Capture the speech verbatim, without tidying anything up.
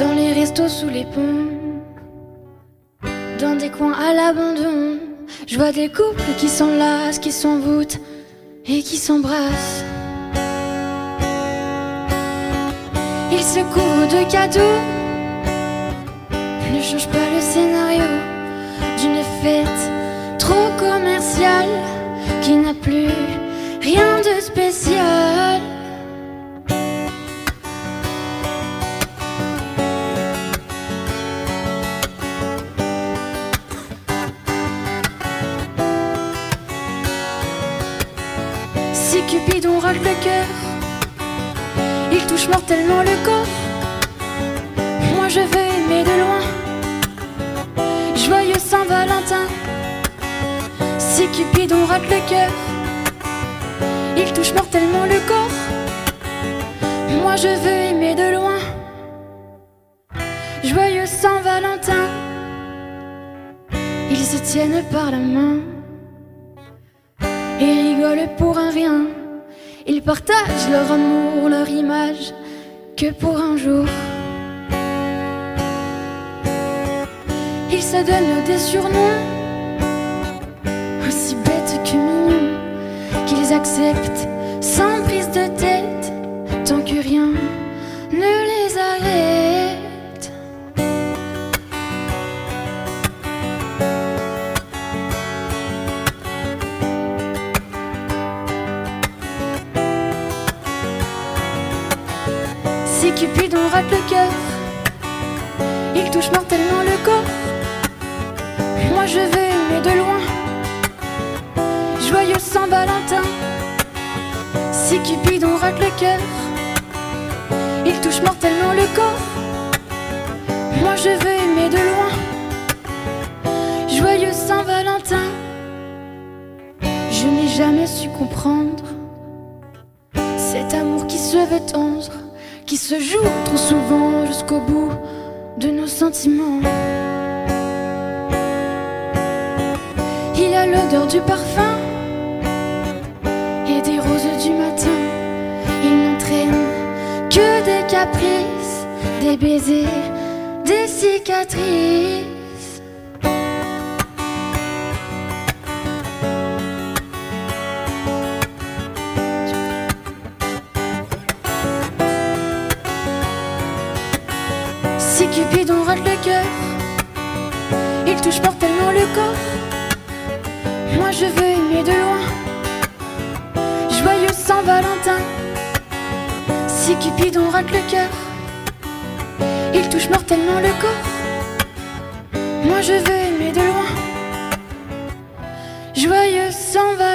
Dans les restos sous les ponts, dans des coins à l'abandon, je vois des couples qui s'enlacent, qui s'envoûtent et qui s'embrassent. Ils se courent de cadeaux, ne change pas le scénario d'une fête trop commerciale qui n'a plus rien de spécial. Si Cupidon racle le cœur, il touche mortellement le corps. Moi je veux aimer de loin. Joyeux Saint-Valentin. Si Cupidon rate le cœur, il touche mortellement le corps. Moi je veux aimer de loin. Joyeux Saint-Valentin. Ils se tiennent par la main et rigolent pour un rien. Ils partagent leur amour, leur image, que pour un jour. Ils se donnent des surnoms aussi bêtes que mignons, qu'ils acceptent sans prise de tête, tant que rien ne les arrête. Si Cupidon rate le cœur, il touche mortellement le corps. Moi je veux aimer de loin. Joyeux Saint-Valentin. Si Cupidon rate le cœur, il touche mortellement le corps. Moi je veux aimer de loin. Joyeux Saint-Valentin. Je n'ai jamais su comprendre cet amour qui se veut tendre, qui se joue trop souvent jusqu'au bout de nos sentiments. Il a l'odeur du parfum et des roses du matin. Il n'entraîne que des caprices, des baisers, des cicatrices. Si Cupidon rate le cœur, il touche mortellement le corps. Moi je veux aimer de loin. Joyeux Saint-Valentin. Si Cupidon rate le cœur, il touche mortellement le corps. Moi je veux aimer de loin. Joyeux Saint-Valentin.